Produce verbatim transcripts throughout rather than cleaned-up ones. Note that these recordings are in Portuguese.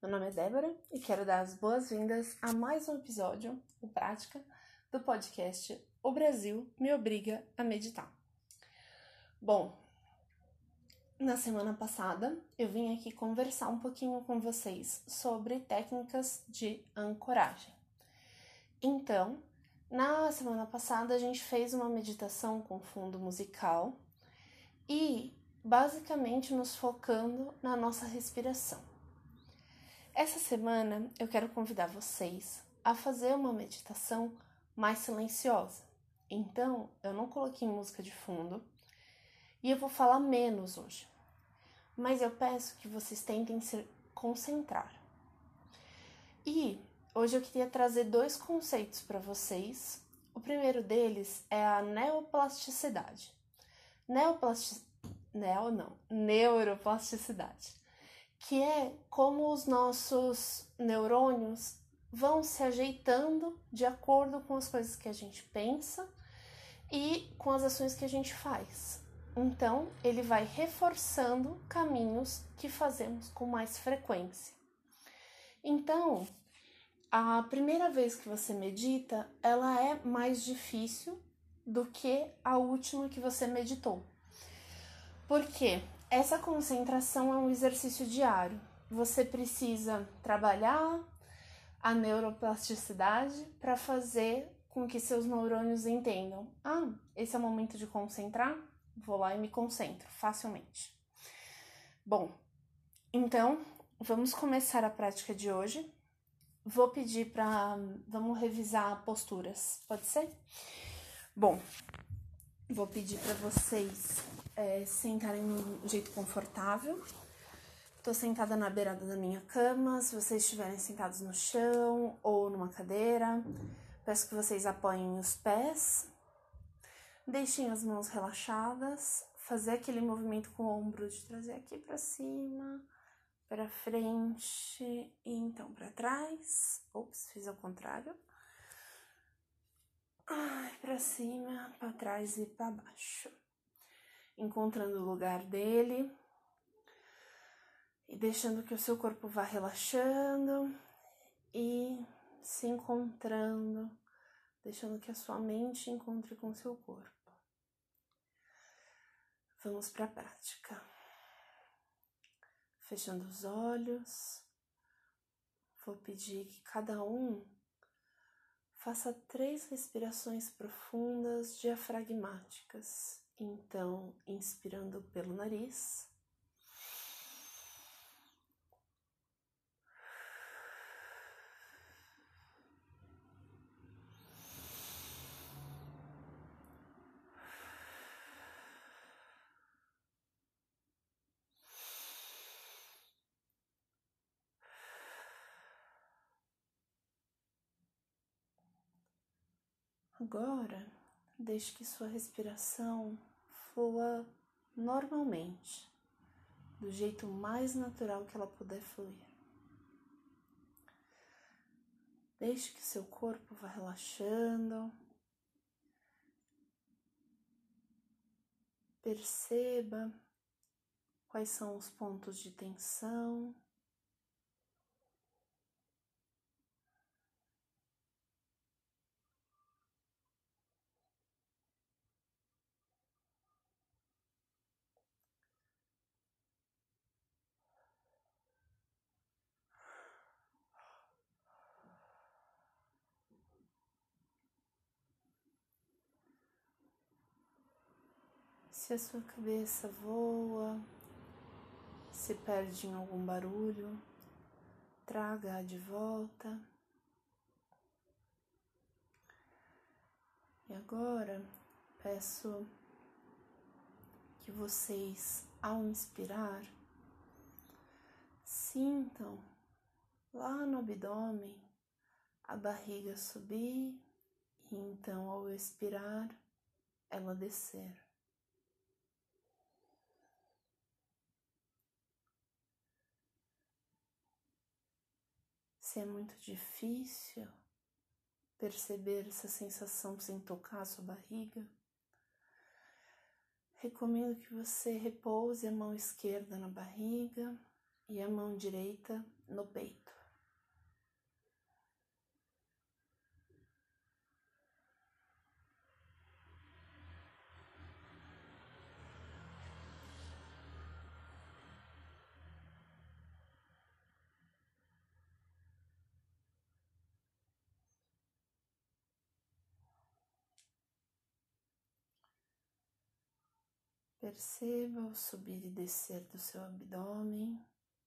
Meu nome é Débora e quero dar as boas-vindas a mais um episódio, o Prática, do podcast O Brasil Me Obriga a Meditar. Bom, na semana passada eu vim aqui conversar um pouquinho com vocês sobre técnicas de ancoragem. Então, na semana passada a gente fez uma meditação com fundo musical e basicamente nos focando na nossa respiração. Essa semana eu quero convidar vocês a fazer uma meditação mais silenciosa. Então, eu não coloquei música de fundo e eu vou falar menos hoje. Mas eu peço que vocês tentem se concentrar. E hoje eu queria trazer dois conceitos para vocês. O primeiro deles é a neoplasticidade. Neoplastic... Neo não, neuroplasticidade. Que é como os nossos neurônios vão se ajeitando de acordo com as coisas que a gente pensa e com as ações que a gente faz. Então, ele vai reforçando caminhos que fazemos com mais frequência. Então, a primeira vez que você medita, ela é mais difícil do que a última que você meditou. Por quê? Essa concentração é um exercício diário. Você precisa trabalhar a neuroplasticidade para fazer com que seus neurônios entendam. Ah, esse é o momento de concentrar? Vou lá e me concentro facilmente. Bom, então vamos começar a prática de hoje. Vou pedir para... Vamos revisar posturas, pode ser? Bom, vou pedir para vocês... É, sentarem de um jeito confortável. Tô sentada na beirada da minha cama. Se vocês estiverem sentados no chão ou numa cadeira, peço que vocês apoiem os pés, deixem as mãos relaxadas, fazer aquele movimento com o ombro de trazer aqui para cima, para frente e então para trás. Ops, fiz ao contrário. Ai, para cima, para trás e para baixo. Encontrando o lugar dele e deixando que o seu corpo vá relaxando e se encontrando, deixando que a sua mente encontre com o seu corpo. Vamos para a prática. Fechando os olhos, vou pedir que cada um faça três respirações profundas diafragmáticas. Então, inspirando pelo nariz. Agora, deixe que sua respiração flua normalmente, do jeito mais natural que ela puder fluir. Deixe que seu corpo vá relaxando. Perceba quais são os pontos de tensão. Se a sua cabeça voa, se perde em algum barulho, traga-a de volta. E agora, peço que vocês, ao inspirar, sintam lá no abdômen a barriga subir e então, ao expirar, ela descer. Se é muito difícil perceber essa sensação sem tocar a sua barriga, recomendo que você repouse a mão esquerda na barriga e a mão direita no peito. Perceba o subir e descer do seu abdômen.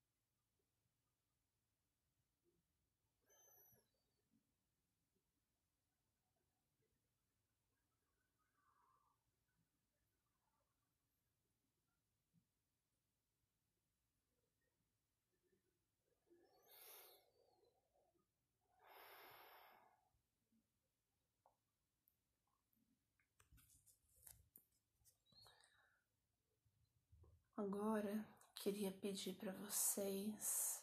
Agora, queria pedir para vocês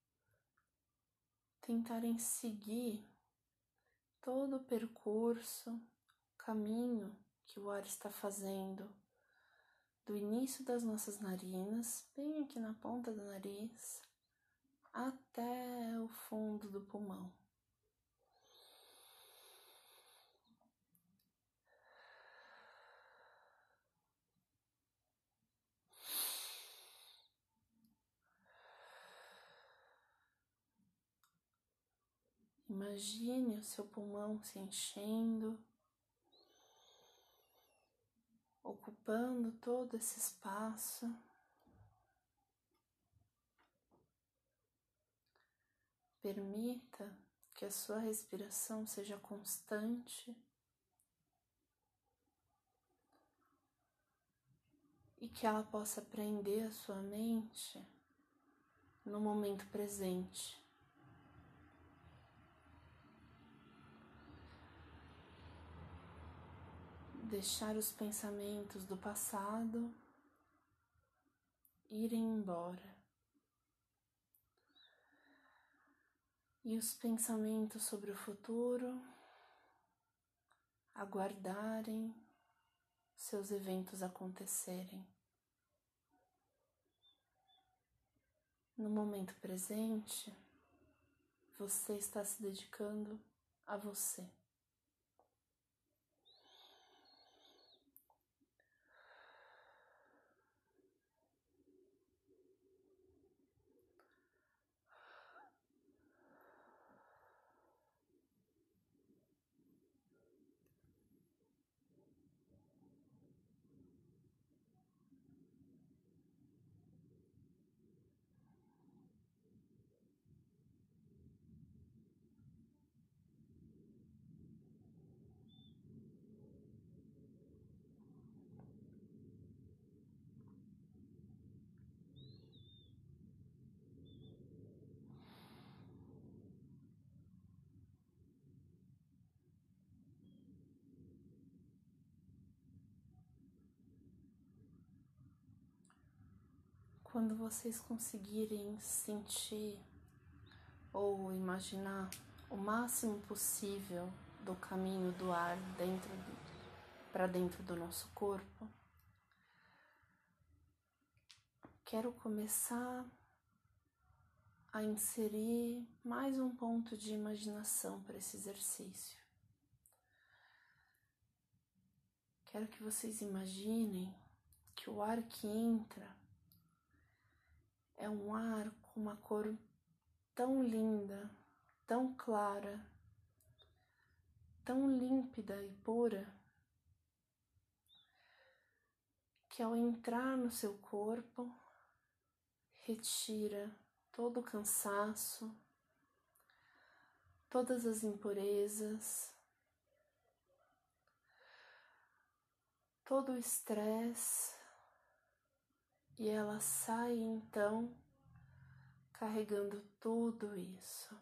tentarem seguir todo o percurso, caminho que o ar está fazendo do início das nossas narinas, bem aqui na ponta do nariz, até o fundo do pulmão. Imagine o seu pulmão se enchendo, ocupando todo esse espaço. Permita que a sua respiração seja constante e que ela possa prender a sua mente no momento presente. Deixar os pensamentos do passado irem embora. E os pensamentos sobre o futuro aguardarem seus eventos acontecerem. No momento presente, você está se dedicando a você. Quando vocês conseguirem sentir ou imaginar o máximo possível do caminho do ar dentro para dentro do nosso corpo, quero começar a inserir mais um ponto de imaginação para esse exercício. Quero que vocês imaginem que o ar que entra é um ar com uma cor tão linda, tão clara, tão límpida e pura, que ao entrar no seu corpo, retira todo o cansaço, todas as impurezas, todo o estresse, e ela sai então carregando tudo isso.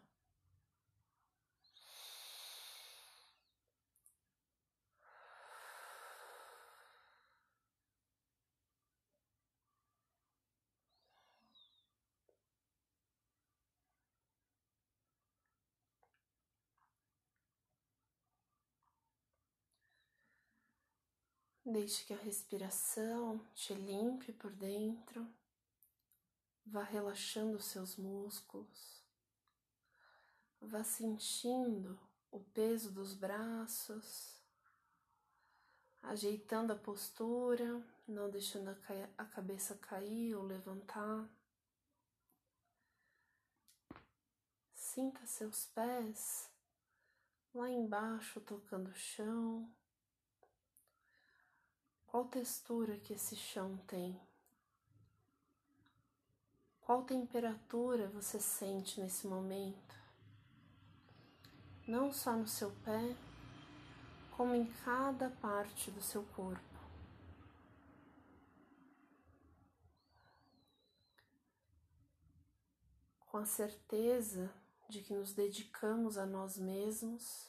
Deixe que a respiração te limpe por dentro, vá relaxando os seus músculos, vá sentindo o peso dos braços, ajeitando a postura, não deixando a, ca- a cabeça cair ou levantar. Sinta seus pés lá embaixo tocando o chão, Qual textura que esse chão tem? Qual temperatura você sente nesse momento? Não só no seu pé, como em cada parte do seu corpo. Com a certeza de que nos dedicamos a nós mesmos,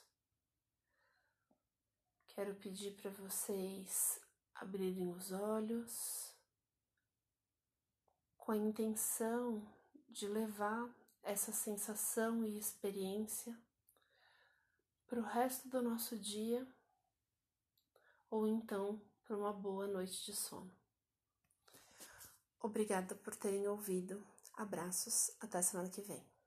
quero pedir para vocês abrirem os olhos com a intenção de levar essa sensação e experiência para o resto do nosso dia ou então para uma boa noite de sono. Obrigada por terem ouvido. Abraços, até semana que vem.